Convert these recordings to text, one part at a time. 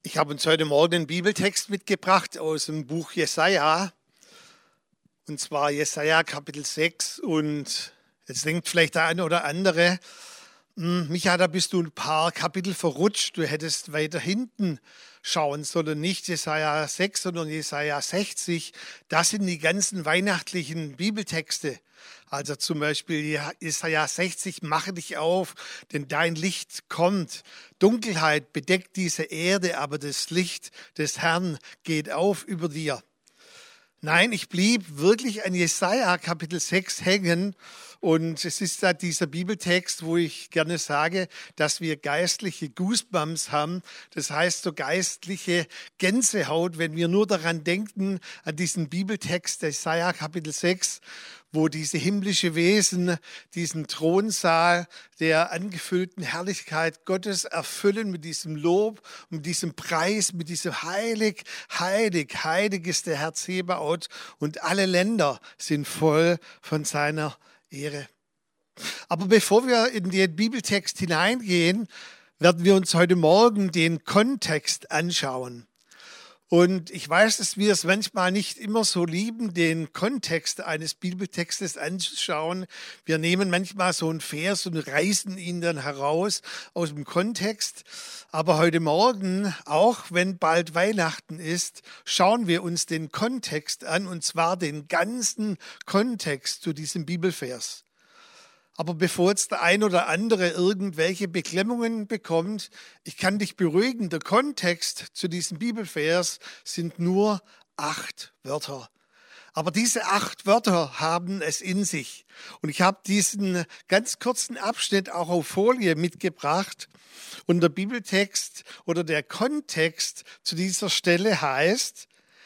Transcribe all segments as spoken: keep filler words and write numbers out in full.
Ich habe uns heute Morgen einen Bibeltext mitgebracht aus dem Buch Jesaja, und zwar Jesaja Kapitel sechs. Und jetzt denkt vielleicht der eine oder andere, hm, Micha, da bist du ein paar Kapitel verrutscht, du hättest weiter hinten schauen sollen, nicht Jesaja sechs, sondern Jesaja sechzig. Das sind die ganzen weihnachtlichen Bibeltexte. Also zum Beispiel Jesaja sechzig, mache dich auf, denn dein Licht kommt. Dunkelheit bedeckt diese Erde, aber das Licht des Herrn geht auf über dir. Nein, ich blieb wirklich an Jesaja Kapitel sechs hängen. Und es ist da dieser Bibeltext, wo ich gerne sage, dass wir geistliche Goosebumps haben. Das heißt so geistliche Gänsehaut, wenn wir nur daran denken, an diesen Bibeltext Jesaja Kapitel sechs, wo diese himmlische Wesen diesen Thronsaal der angefüllten Herrlichkeit Gottes erfüllen mit diesem Lob, mit diesem Preis, mit diesem Heilig, heilig, heilig ist der Herr Zebaoth, und alle Länder sind voll von seiner Ehre. Aber bevor wir in den Bibeltext hineingehen, werden wir uns heute Morgen den Kontext anschauen. Und ich weiß, dass wir es manchmal nicht immer so lieben, den Kontext eines Bibeltextes anzuschauen. Wir nehmen manchmal so einen Vers und reißen ihn dann heraus aus dem Kontext. Aber heute Morgen, auch wenn bald Weihnachten ist, schauen wir uns den Kontext an, und zwar den ganzen Kontext zu diesem Bibelvers. Aber bevor jetzt der ein oder andere irgendwelche Beklemmungen bekommt, ich kann dich beruhigen, der Kontext zu diesem Bibelvers sind nur acht Wörter. Aber diese acht Wörter haben es in sich. Und ich habe diesen ganz kurzen Abschnitt auch auf Folie mitgebracht. Und der Bibeltext oder der Kontext zu dieser Stelle heißt: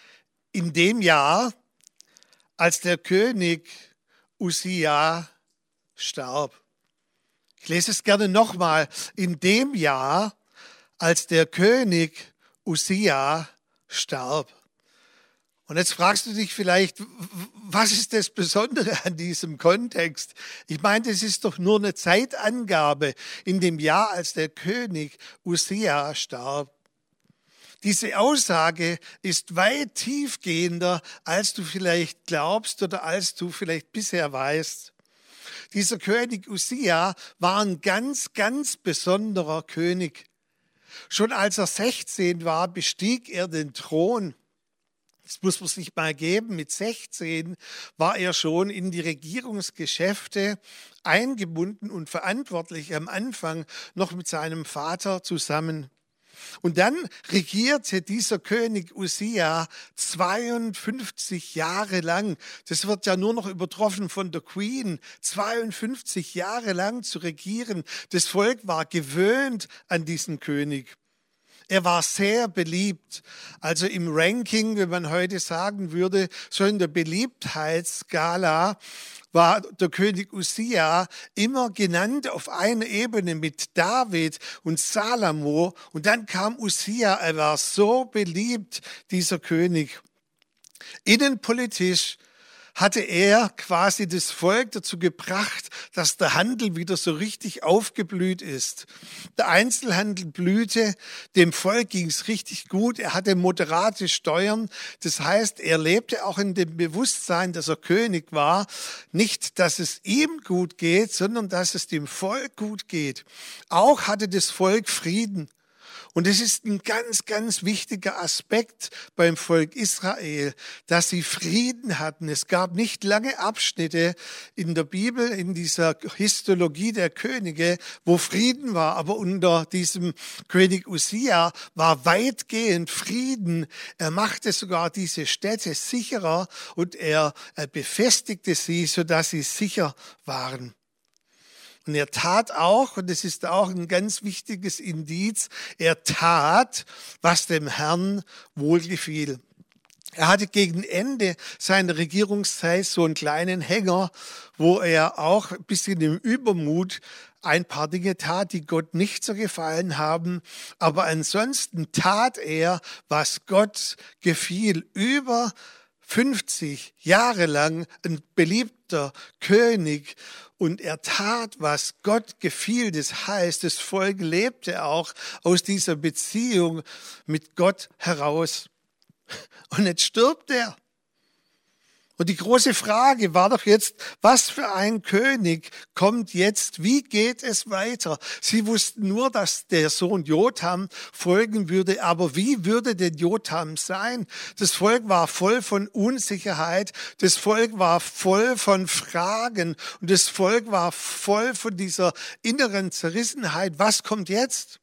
In dem Jahr, als der König Usia starb. Ich lese es gerne nochmal. In dem Jahr, als der König Usia starb. Und jetzt fragst du dich vielleicht, was ist das Besondere an diesem Kontext? Ich meine, es ist doch nur eine Zeitangabe. In dem Jahr, als der König Usia starb. Diese Aussage ist weit tiefgehender, als du vielleicht glaubst oder als du vielleicht bisher weißt. Dieser König Usia war ein ganz, ganz besonderer König. Schon als er sechzehn war, bestieg er den Thron. Das muss man sich mal geben. Mit sechzehn war er schon in die Regierungsgeschäfte eingebunden und verantwortlich, am Anfang noch mit seinem Vater zusammen. Und dann regierte dieser König Usia zweiundfünfzig Jahre lang. Das wird ja nur noch übertroffen von der Queen. zweiundfünfzig Jahre lang zu regieren. Das Volk war gewöhnt an diesen König. Er war sehr beliebt. Also im Ranking, wenn man heute sagen würde, so in der Beliebtheitsskala war der König Usia immer genannt auf einer Ebene mit David und Salomo. Und dann kam Usia, er war so beliebt, dieser König. Innenpolitisch hatte er quasi das Volk dazu gebracht, dass der Handel wieder so richtig aufgeblüht ist. Der Einzelhandel blühte, dem Volk ging es richtig gut, er hatte moderate Steuern. Das heißt, er lebte auch in dem Bewusstsein, dass er König war. Nicht, dass es ihm gut geht, sondern dass es dem Volk gut geht. Auch hatte das Volk Frieden. Und es ist ein ganz, ganz wichtiger Aspekt beim Volk Israel, dass sie Frieden hatten. Es gab nicht lange Abschnitte in der Bibel, in dieser Histologie der Könige, wo Frieden war. Aber unter diesem König Usia war weitgehend Frieden. Er machte sogar diese Städte sicherer und er befestigte sie, sodass sie sicher waren. Und er tat auch, und das ist auch ein ganz wichtiges Indiz, er tat, was dem Herrn wohlgefiel. Er hatte gegen Ende seiner Regierungszeit so einen kleinen Hänger, wo er auch ein bisschen im Übermut ein paar Dinge tat, die Gott nicht so gefallen haben. Aber ansonsten tat er, was Gott gefiel, über fünfzig Jahre lang ein beliebter König und er tat, was Gott gefiel. Das heißt, das Volk lebte auch aus dieser Beziehung mit Gott heraus. Und jetzt stirbt er. Und die große Frage war doch jetzt, was für ein König kommt jetzt? Wie geht es weiter? Sie wussten nur, dass der Sohn Jotham folgen würde, aber wie würde denn Jotham sein? Das Volk war voll von Unsicherheit, das Volk war voll von Fragen und das Volk war voll von dieser inneren Zerrissenheit. Was kommt jetzt?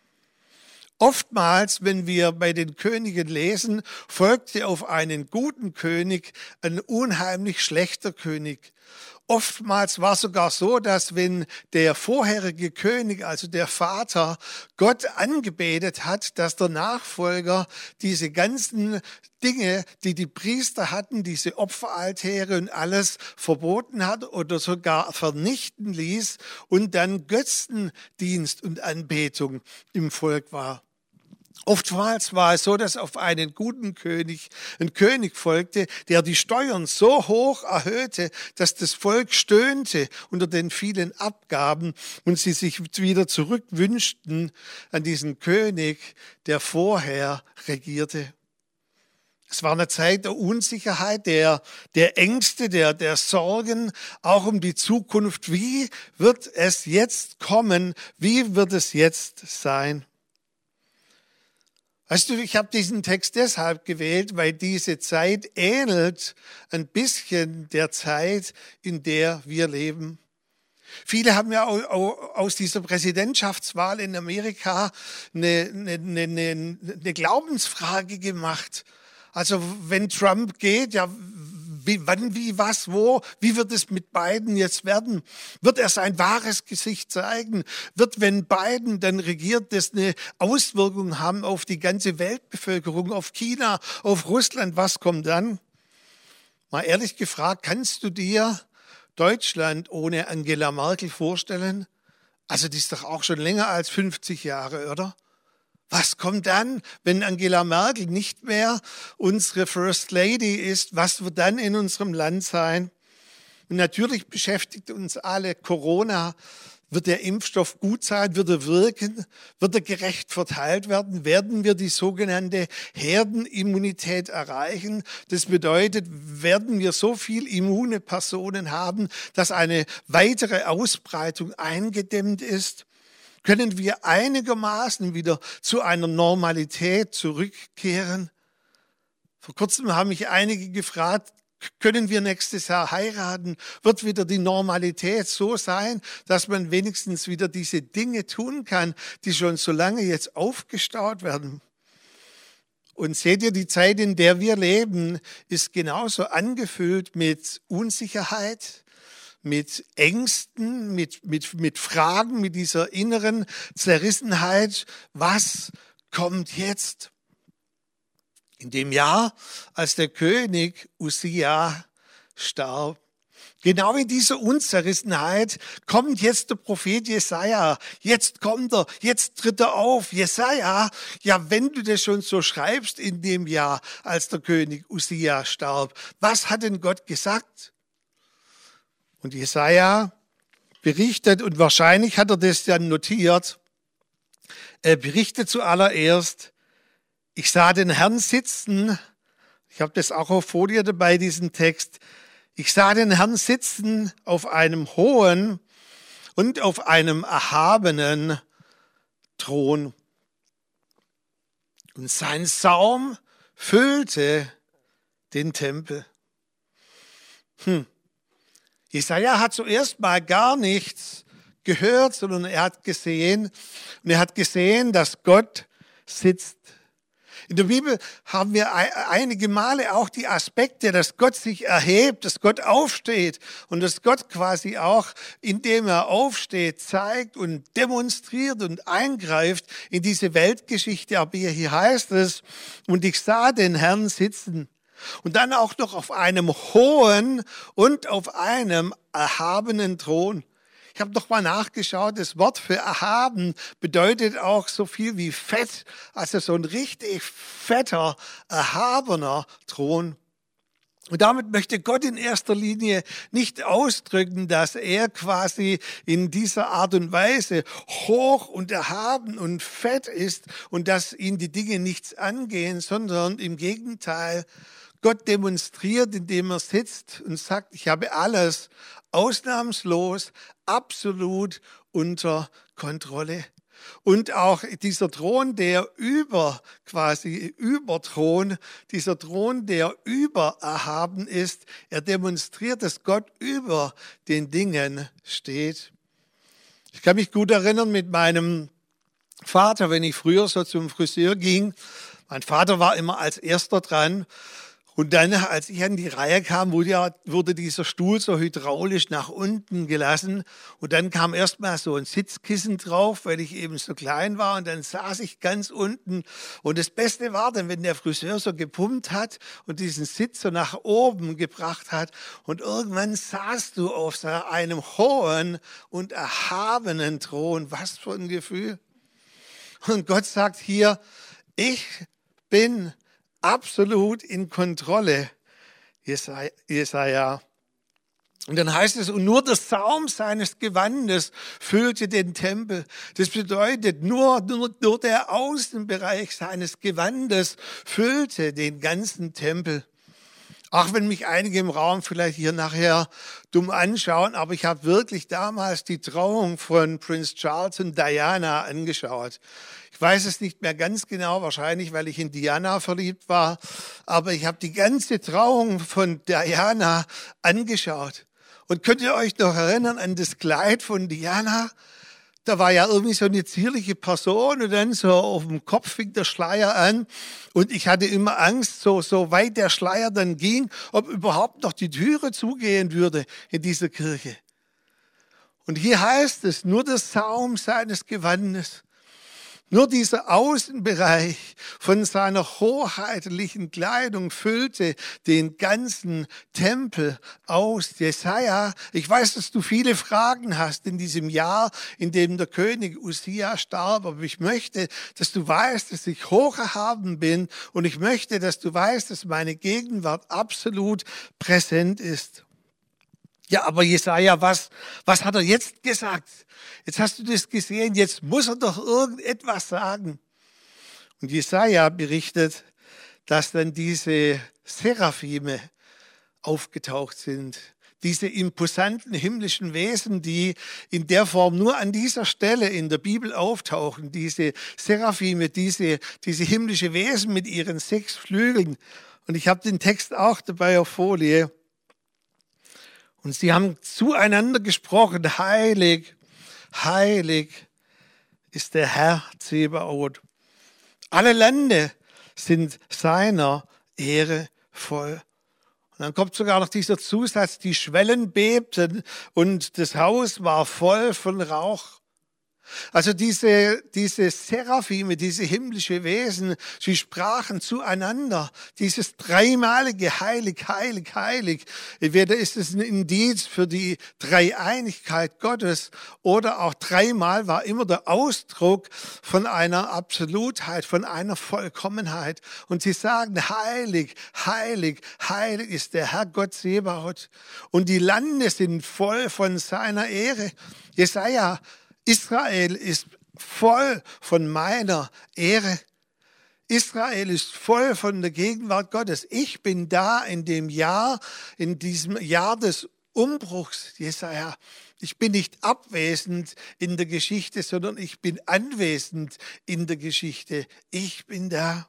Oftmals, wenn wir bei den Königen lesen, folgte auf einen guten König ein unheimlich schlechter König. Oftmals war es sogar so, dass wenn der vorherige König, also der Vater, Gott angebetet hat, dass der Nachfolger diese ganzen Dinge, die die Priester hatten, diese Opferaltäre und alles verboten hat oder sogar vernichten ließ und dann Götzendienst und Anbetung im Volk war. Oftmals war es so, dass auf einen guten König ein König folgte, der die Steuern so hoch erhöhte, dass das Volk stöhnte unter den vielen Abgaben und sie sich wieder zurückwünschten an diesen König, der vorher regierte. Es war eine Zeit der Unsicherheit, der, der Ängste, der, der Sorgen, auch um die Zukunft. Wie wird es jetzt kommen? Wie wird es jetzt sein? Weißt du, ich habe diesen Text deshalb gewählt, weil diese Zeit ähnelt ein bisschen der Zeit, in der wir leben. Viele haben ja aus dieser Präsidentschaftswahl in Amerika eine, eine, eine, eine Glaubensfrage gemacht. Also wenn Trump geht, ja, wie, wann, wie, was, wo, wie wird es mit Biden jetzt werden? Wird er sein wahres Gesicht zeigen? Wird, wenn Biden dann regiert, das eine Auswirkung haben auf die ganze Weltbevölkerung, auf China, auf Russland? Was kommt dann? Mal ehrlich gefragt, kannst du dir Deutschland ohne Angela Merkel vorstellen? Also die ist doch auch schon länger als fünfzig Jahre, oder? Was kommt dann, wenn Angela Merkel nicht mehr unsere First Lady ist? Was wird dann in unserem Land sein? Und natürlich beschäftigt uns alle Corona. Wird der Impfstoff gut sein? Wird er wirken? Wird er gerecht verteilt werden? Werden wir die sogenannte Herdenimmunität erreichen? Das bedeutet, werden wir so viel immune Personen haben, dass eine weitere Ausbreitung eingedämmt ist? Können wir einigermaßen wieder zu einer Normalität zurückkehren? Vor kurzem haben mich einige gefragt, können wir nächstes Jahr heiraten? Wird wieder die Normalität so sein, dass man wenigstens wieder diese Dinge tun kann, die schon so lange jetzt aufgestaut werden? Und seht ihr, die Zeit, in der wir leben, ist genauso angefüllt mit Unsicherheit, mit Ängsten, mit, mit, mit Fragen, mit dieser inneren Zerrissenheit. Was kommt jetzt? In dem Jahr, als der König Usia starb, genau in dieser Unzerrissenheit kommt jetzt der Prophet Jesaja. Jetzt kommt er, jetzt tritt er auf. Jesaja, ja, wenn du das schon so schreibst in dem Jahr, als der König Usia starb, was hat denn Gott gesagt? Und Jesaja berichtet, und wahrscheinlich hat er das dann notiert, er berichtet zuallererst, ich sah den Herrn sitzen, ich habe das auch auf Folie dabei, diesen Text, ich sah den Herrn sitzen auf einem hohen und auf einem erhabenen Thron. Und sein Saum füllte den Tempel. Hm. Jesaja hat zuerst mal gar nichts gehört, sondern er hat gesehen, und er hat gesehen, dass Gott sitzt. In der Bibel haben wir einige Male auch die Aspekte, dass Gott sich erhebt, dass Gott aufsteht und dass Gott quasi auch, indem er aufsteht, zeigt und demonstriert und eingreift in diese Weltgeschichte. Aber hier heißt es, und ich sah den Herrn sitzen. Und dann auch noch auf einem hohen und auf einem erhabenen Thron. Ich habe noch mal nachgeschaut, das Wort für erhaben bedeutet auch so viel wie fett, also so ein richtig fetter, erhabener Thron. Und damit möchte Gott in erster Linie nicht ausdrücken, dass er quasi in dieser Art und Weise hoch und erhaben und fett ist und dass ihn die Dinge nichts angehen, sondern im Gegenteil, Gott demonstriert, indem er sitzt und sagt, ich habe alles ausnahmslos, absolut unter Kontrolle. Und auch dieser Thron, der über, quasi Überthron, dieser Thron, der über erhaben ist, er demonstriert, dass Gott über den Dingen steht. Ich kann mich gut erinnern mit meinem Vater, wenn ich früher so zum Friseur ging. Mein Vater war immer als Erster dran. Und dann, als ich an die Reihe kam, wurde, ja, wurde dieser Stuhl so hydraulisch nach unten gelassen. Und dann kam erstmal so ein Sitzkissen drauf, weil ich eben so klein war. Und dann saß ich ganz unten. Und das Beste war dann, wenn der Friseur so gepumpt hat und diesen Sitz so nach oben gebracht hat. Und irgendwann saßt du auf so einem hohen und erhabenen Thron. Was für ein Gefühl. Und Gott sagt hier, ich bin absolut in Kontrolle, Jesaja. Und dann heißt es, und nur der Saum seines Gewandes füllte den Tempel. Das bedeutet, nur, nur, nur der Außenbereich seines Gewandes füllte den ganzen Tempel. Auch wenn mich einige im Raum vielleicht hier nachher dumm anschauen, aber ich habe wirklich damals die Trauung von Prince Charles und Diana angeschaut. Ich weiß es nicht mehr ganz genau, wahrscheinlich, weil ich in Diana verliebt war, aber ich habe die ganze Trauung von Diana angeschaut. Und könnt ihr euch noch erinnern an das Kleid von Diana? Da war ja irgendwie so eine zierliche Person und dann so auf dem Kopf fing der Schleier an und ich hatte immer Angst, so, so weit der Schleier dann ging, ob überhaupt noch die Türe zugehen würde in dieser Kirche. Und hier heißt es, nur der Saum seines Gewandes, nur dieser Außenbereich von seiner hoheitlichen Kleidung füllte den ganzen Tempel aus. Jesaja, ich weiß, dass du viele Fragen hast in diesem Jahr, in dem der König Usia starb, aber ich möchte, dass du weißt, dass ich hoch erhaben bin und ich möchte, dass du weißt, dass meine Gegenwart absolut präsent ist. Ja, aber Jesaja, was, was hat er jetzt gesagt? Jetzt hast du das gesehen, jetzt muss er doch irgendetwas sagen. Und Jesaja berichtet, dass dann diese Seraphime aufgetaucht sind. Diese imposanten himmlischen Wesen, die in der Form nur an dieser Stelle in der Bibel auftauchen. Diese Seraphime, diese, diese himmlische Wesen mit ihren sechs Flügeln. Und ich habe den Text auch dabei auf Folie. Und sie haben zueinander gesprochen, heilig, heilig ist der Herr Zebaoth. Alle Lande sind seiner Ehre voll. Und dann kommt sogar noch dieser Zusatz, die Schwellen bebten und das Haus war voll von Rauch. Also diese, diese Seraphime, diese himmlische Wesen, sie sprachen zueinander. Dieses dreimalige heilig, heilig, heilig. Entweder ist es ein Indiz für die Dreieinigkeit Gottes oder auch dreimal war immer der Ausdruck von einer Absolutheit, von einer Vollkommenheit. Und sie sagen, heilig, heilig, heilig ist der Herr Gott Zebaoth. Und die Lande sind voll von seiner Ehre. Jesaja, Israel ist voll von meiner Ehre. Israel ist voll von der Gegenwart Gottes. Ich bin da in dem Jahr, in diesem Jahr des Umbruchs, Jesaja. Ich bin nicht abwesend in der Geschichte, sondern ich bin anwesend in der Geschichte. Ich bin da.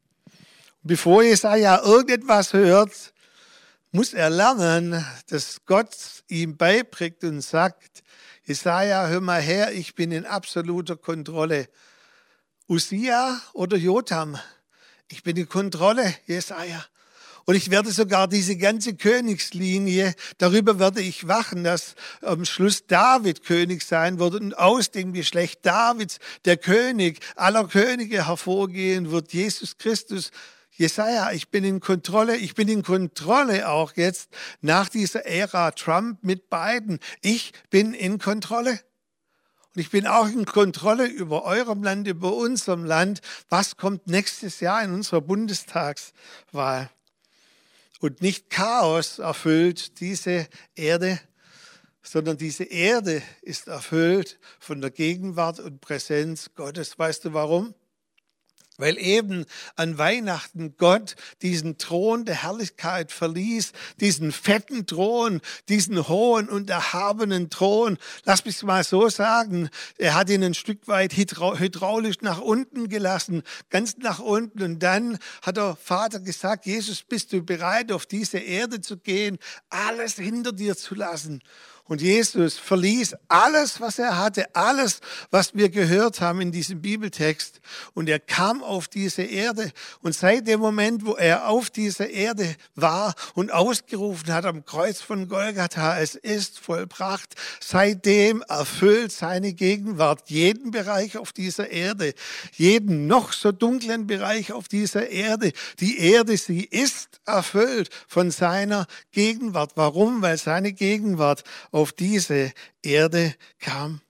Bevor Jesaja irgendetwas hört, muss er lernen, dass Gott ihm beibringt und sagt, Jesaja, hör mal her, ich bin in absoluter Kontrolle. Usia oder Jotham, ich bin in Kontrolle, Jesaja. Und ich werde sogar diese ganze Königslinie, darüber werde ich wachen, dass am Schluss David König sein wird und aus dem Geschlecht Davids der König aller Könige hervorgehen wird, Jesus Christus. Jesaja, ich bin in Kontrolle, ich bin in Kontrolle auch jetzt nach dieser Ära Trump mit Biden. Ich bin in Kontrolle. Und ich bin auch in Kontrolle über eurem Land, über unserem Land. Was kommt nächstes Jahr in unserer Bundestagswahl? und nicht Chaos erfüllt diese Erde, sondern diese Erde ist erfüllt von der Gegenwart und Präsenz Gottes. Weißt du warum? Weil eben an Weihnachten Gott diesen Thron der Herrlichkeit verließ, diesen fetten Thron, diesen hohen und erhabenen Thron. Lass mich mal so sagen, er hat ihn ein Stück weit hydraulisch nach unten gelassen, ganz nach unten. Und dann hat der Vater gesagt, Jesus, bist du bereit, auf diese Erde zu gehen, alles hinter dir zu lassen? Und Jesus verließ alles, was er hatte, alles, was wir gehört haben in diesem Bibeltext. Und er kam auf diese Erde. Und seit dem Moment, wo er auf dieser Erde war und ausgerufen hat am Kreuz von Golgatha, es ist vollbracht, seitdem erfüllt seine Gegenwart jeden Bereich auf dieser Erde, jeden noch so dunklen Bereich auf dieser Erde. Die Erde, sie ist erfüllt von seiner Gegenwart. Warum? Weil seine Gegenwart auf diese Erde kam.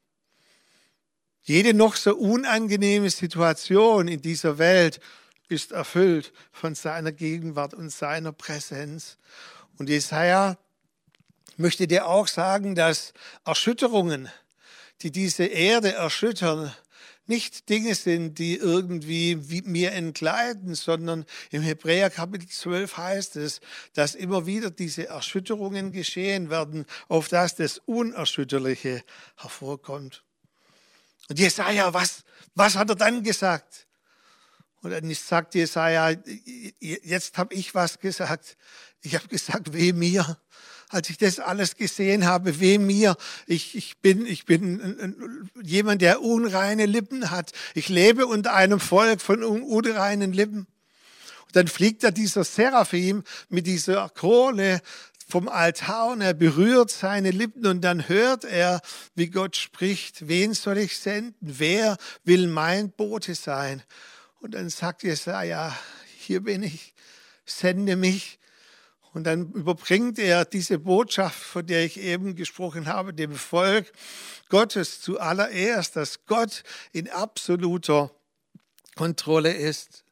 Jede noch so unangenehme Situation in dieser Welt ist erfüllt von seiner Gegenwart und seiner Präsenz. Und Jesaja möchte dir auch sagen, dass Erschütterungen, die diese Erde erschüttern, nicht Dinge sind, die irgendwie mir entgleiten, sondern im Hebräer Kapitel zwölf heißt es, dass immer wieder diese Erschütterungen geschehen werden, auf das das Unerschütterliche hervorkommt. Und Jesaja, was, was hat er dann gesagt? Und dann sagt Jesaja, jetzt habe ich was gesagt. Ich habe gesagt, weh mir. Als ich das alles gesehen habe, weh mir, ich, ich bin, ich bin jemand, der unreine Lippen hat. Ich lebe unter einem Volk von unreinen Lippen. Und dann fliegt da dieser Seraphim mit dieser Krone vom Altar und er berührt seine Lippen und dann hört er, wie Gott spricht, wen soll ich senden? Wer will mein Bote sein? Und dann sagt Jesaja, hier bin ich, sende mich. Und dann überbringt er diese Botschaft, von der ich eben gesprochen habe, dem Volk Gottes zuallererst, dass Gott in absoluter Kontrolle ist.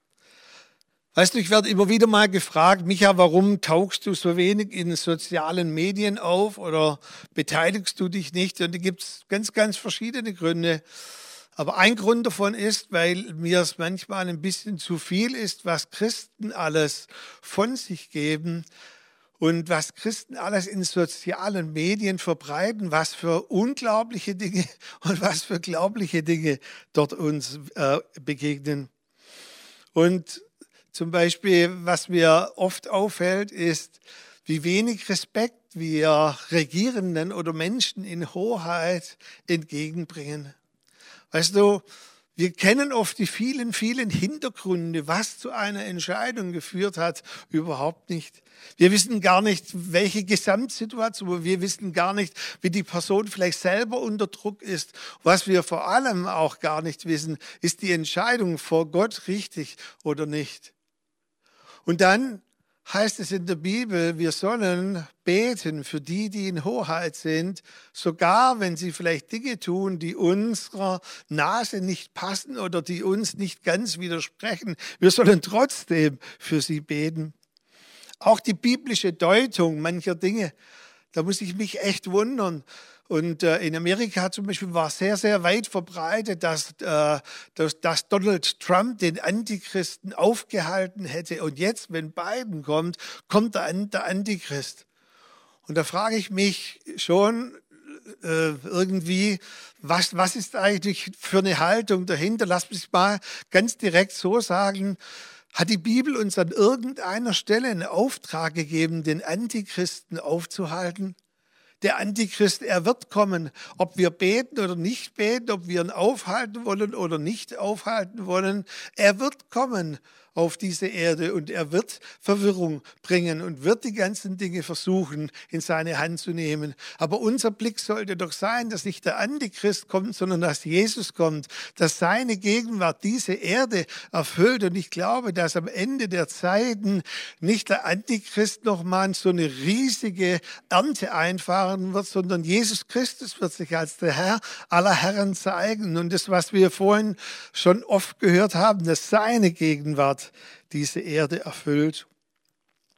Weißt du, ich werde immer wieder mal gefragt, Micha, warum tauchst du so wenig in sozialen Medien auf oder beteiligst du dich nicht? Und da gibt es ganz, ganz verschiedene Gründe. Aber ein Grund davon ist, weil mir es manchmal ein bisschen zu viel ist, was Christen alles von sich geben und was Christen alles in sozialen Medien verbreiten, was für unglaubliche Dinge und was für glaubliche Dinge dort uns äh, begegnen. Und zum Beispiel, was mir oft auffällt, ist, wie wenig Respekt wir Regierenden oder Menschen in Hoheit entgegenbringen. Weißt du, wir kennen oft die vielen, vielen Hintergründe, was zu einer Entscheidung geführt hat, überhaupt nicht. Wir wissen gar nicht, welche Gesamtsituation, wir wissen gar nicht, wie die Person vielleicht selber unter Druck ist. Was wir vor allem auch gar nicht wissen, ist die Entscheidung vor Gott richtig oder nicht. Und dann heißt es in der Bibel, wir sollen beten für die, die in Hoheit sind, sogar wenn sie vielleicht Dinge tun, die unserer Nase nicht passen oder die uns nicht ganz widersprechen. Wir sollen trotzdem für sie beten. Auch die biblische Deutung mancher Dinge, da muss ich mich echt wundern. Und äh, in Amerika zum Beispiel war sehr, sehr weit verbreitet, dass, äh, dass, dass Donald Trump den Antichristen aufgehalten hätte. Und jetzt, wenn Biden kommt, kommt der, der Antichrist. Und da frage ich mich schon äh, irgendwie, was, was ist eigentlich für eine Haltung dahinter? Lass mich mal ganz direkt so sagen. Hat die Bibel uns an irgendeiner Stelle einen Auftrag gegeben, den Antichristen aufzuhalten? Der Antichrist, er wird kommen, ob wir beten oder nicht beten, ob wir ihn aufhalten wollen oder nicht aufhalten wollen. Er wird kommen auf diese Erde und er wird Verwirrung bringen und wird die ganzen Dinge versuchen, in seine Hand zu nehmen. Aber unser Blick sollte doch sein, dass nicht der Antichrist kommt, sondern dass Jesus kommt, dass seine Gegenwart diese Erde erfüllt. Und ich glaube, dass am Ende der Zeiten nicht der Antichrist nochmal so eine riesige Ernte einfahren wird, sondern Jesus Christus wird sich als der Herr aller Herren zeigen. Und das, was wir vorhin schon oft gehört haben, dass seine Gegenwart diese Erde erfüllt.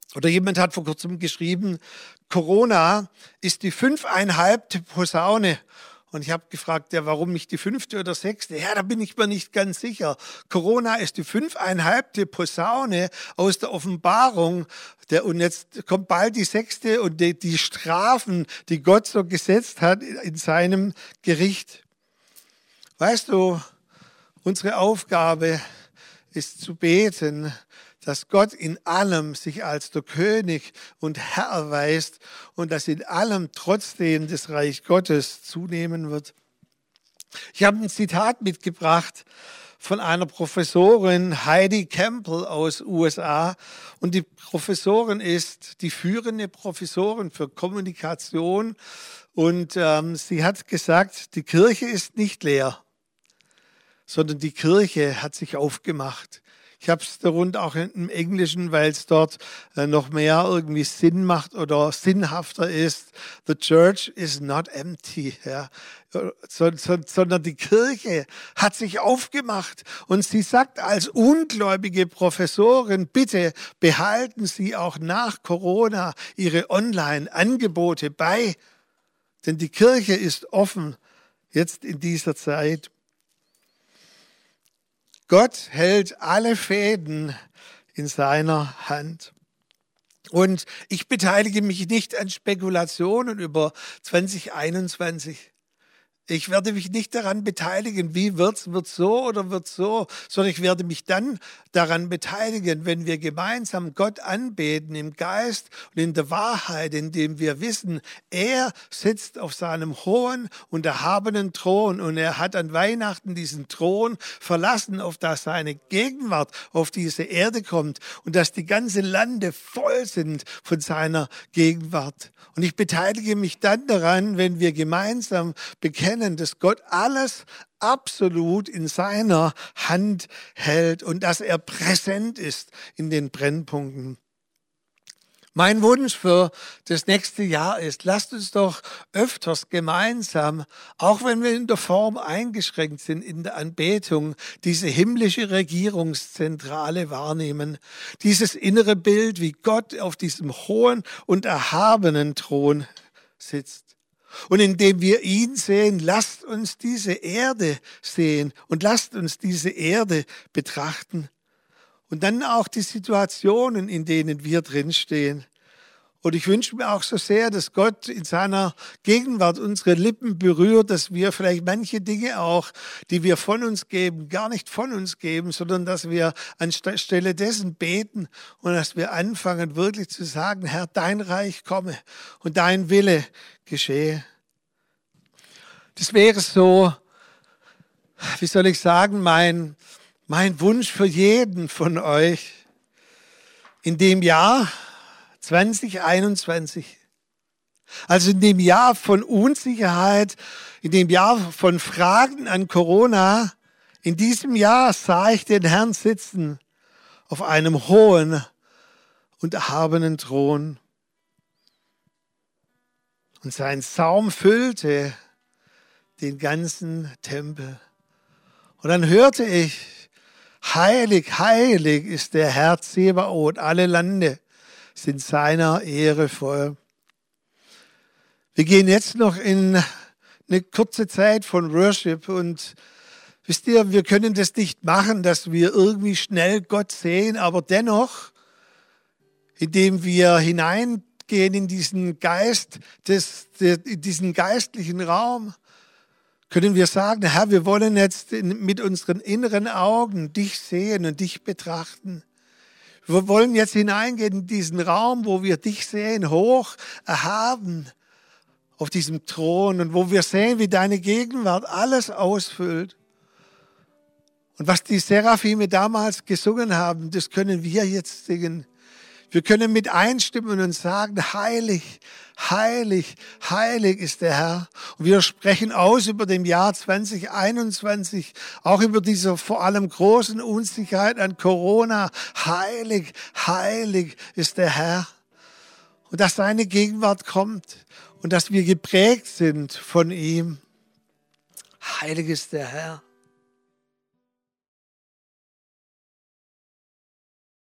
Oder jemand hat vor kurzem geschrieben, Corona ist die fünfeinhalbte Posaune. Und ich habe gefragt, ja, warum nicht die fünfte oder sechste? Ja, da bin ich mir nicht ganz sicher. Corona ist die fünfeinhalbte Posaune aus der Offenbarung. Der, und jetzt kommt bald die sechste und die, die Strafen, die Gott so gesetzt hat in seinem Gericht. Weißt du, unsere Aufgabe ist zu beten, dass Gott in allem sich als der König und Herr erweist und dass in allem trotzdem das Reich Gottes zunehmen wird. Ich habe ein Zitat mitgebracht von einer Professorin, Heidi Campbell aus U S A. Und die Professorin ist die führende Professorin für Kommunikation. Und ähm, sie hat gesagt, die Kirche ist nicht leer, sondern die Kirche hat sich aufgemacht. Ich habe es darunter auch im Englischen, weil es dort äh, noch mehr irgendwie Sinn macht oder sinnhafter ist. The church is not empty, ja. so, so, sondern die Kirche hat sich aufgemacht. Und sie sagt als ungläubige Professorin, bitte behalten Sie auch nach Corona Ihre Online-Angebote bei. Denn die Kirche ist offen jetzt in dieser Zeit. Gott hält alle Fäden in seiner Hand. Und ich beteilige mich nicht an Spekulationen über zwanzig einundzwanzig. Ich werde mich nicht daran beteiligen, wie wird's, wird so oder wird so, sondern ich werde mich dann daran beteiligen, wenn wir gemeinsam Gott anbeten im Geist und in der Wahrheit, indem wir wissen, er sitzt auf seinem hohen und erhabenen Thron und er hat an Weihnachten diesen Thron verlassen, auf das seine Gegenwart auf diese Erde kommt und dass die ganzen Lande voll sind von seiner Gegenwart. Und ich beteilige mich dann daran, wenn wir gemeinsam bekennen, dass Gott alles absolut in seiner Hand hält und dass er präsent ist in den Brennpunkten. Mein Wunsch für das nächste Jahr ist, lasst uns doch öfters gemeinsam, auch wenn wir in der Form eingeschränkt sind, in der Anbetung, diese himmlische Regierungszentrale wahrnehmen. Dieses innere Bild, wie Gott auf diesem hohen und erhabenen Thron sitzt. Und indem wir ihn sehen, lasst uns diese Erde sehen und lasst uns diese Erde betrachten. Und dann auch die Situationen, in denen wir drinstehen. Und ich wünsche mir auch so sehr, dass Gott in seiner Gegenwart unsere Lippen berührt, dass wir vielleicht manche Dinge auch, die wir von uns geben, gar nicht von uns geben, sondern dass wir anstelle dessen beten und dass wir anfangen, wirklich zu sagen, Herr, dein Reich komme und dein Wille geschehe. Das wäre so, wie soll ich sagen, mein Mein Wunsch für jeden von euch in dem Jahr zwanzig einundzwanzig, also in dem Jahr von Unsicherheit, in dem Jahr von Fragen an Corona, in diesem Jahr sah ich den Herrn sitzen auf einem hohen und erhabenen Thron. Und sein Saum füllte den ganzen Tempel. Und dann hörte ich, heilig, heilig ist der Herr Zebaoth, alle Lande sind seiner Ehre voll. Wir gehen jetzt noch in eine kurze Zeit von Worship und wisst ihr, wir können das nicht machen, dass wir irgendwie schnell Gott sehen, aber dennoch, indem wir hineingehen in diesen Geist, des, in diesen geistlichen Raum, können wir sagen, Herr, wir wollen jetzt mit unseren inneren Augen dich sehen und dich betrachten. Wir wollen jetzt hineingehen in diesen Raum, wo wir dich sehen, hoch erhaben auf diesem Thron und wo wir sehen, wie deine Gegenwart alles ausfüllt. Und was die Seraphime damals gesungen haben, das können wir jetzt singen. Wir können mit einstimmen und sagen, heilig, heilig, heilig ist der Herr. Und wir sprechen aus über dem Jahr zwanzig einundzwanzig, auch über diese vor allem großen Unsicherheit an Corona. Heilig, heilig ist der Herr. Und dass seine Gegenwart kommt und dass wir geprägt sind von ihm. Heilig ist der Herr.